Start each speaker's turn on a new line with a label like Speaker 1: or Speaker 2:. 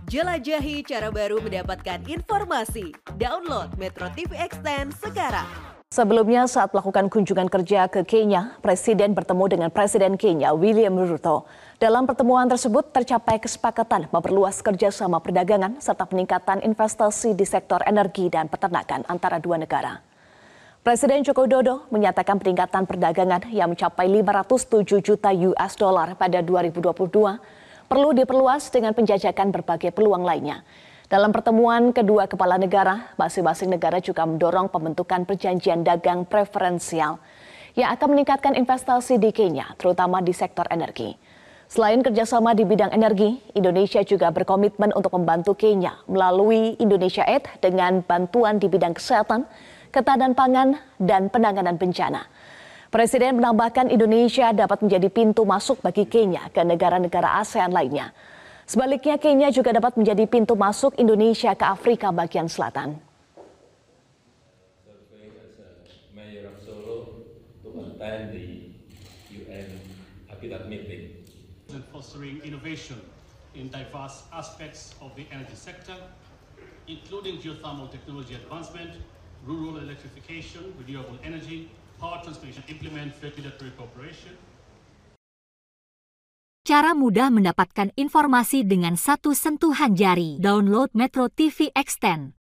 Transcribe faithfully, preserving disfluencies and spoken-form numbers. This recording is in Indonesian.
Speaker 1: Jelajahi cara baru mendapatkan informasi. Download Metro T V Extend sekarang.
Speaker 2: Sebelumnya saat melakukan kunjungan kerja ke Kenya, Presiden bertemu dengan Presiden Kenya William Ruto. Dalam pertemuan tersebut tercapai kesepakatan memperluas kerjasama perdagangan serta peningkatan investasi di sektor energi dan peternakan antara dua negara. Presiden Joko Widodo menyatakan peningkatan perdagangan yang mencapai lima ratus tujuh juta U S dollar pada dua ribu dua puluh dua perlu diperluas dengan penjajakan berbagai peluang lainnya. Dalam pertemuan kedua kepala negara, masing-masing negara juga mendorong pembentukan perjanjian dagang preferensial yang akan meningkatkan investasi di Kenya, terutama di sektor energi. Selain kerjasama di bidang energi, Indonesia juga berkomitmen untuk membantu Kenya melalui Indonesia Aid dengan bantuan di bidang kesehatan, ketahanan pangan, dan penanganan bencana. Presiden menambahkan Indonesia dapat menjadi pintu masuk bagi Kenya ke negara-negara ASEAN lainnya. Sebaliknya, Kenya juga dapat menjadi pintu masuk Indonesia ke Afrika bagian selatan.
Speaker 3: Mayor of Solo to attend the U N Habitat meeting.
Speaker 4: And fostering innovation in diverse aspects of the energy sector, including geothermal technology advancement, rural electrification, renewable energy, power transmission, implement regulatory cooperation.
Speaker 5: Cara mudah mendapatkan informasi dengan satu sentuhan jari. Download Metro T V Extend.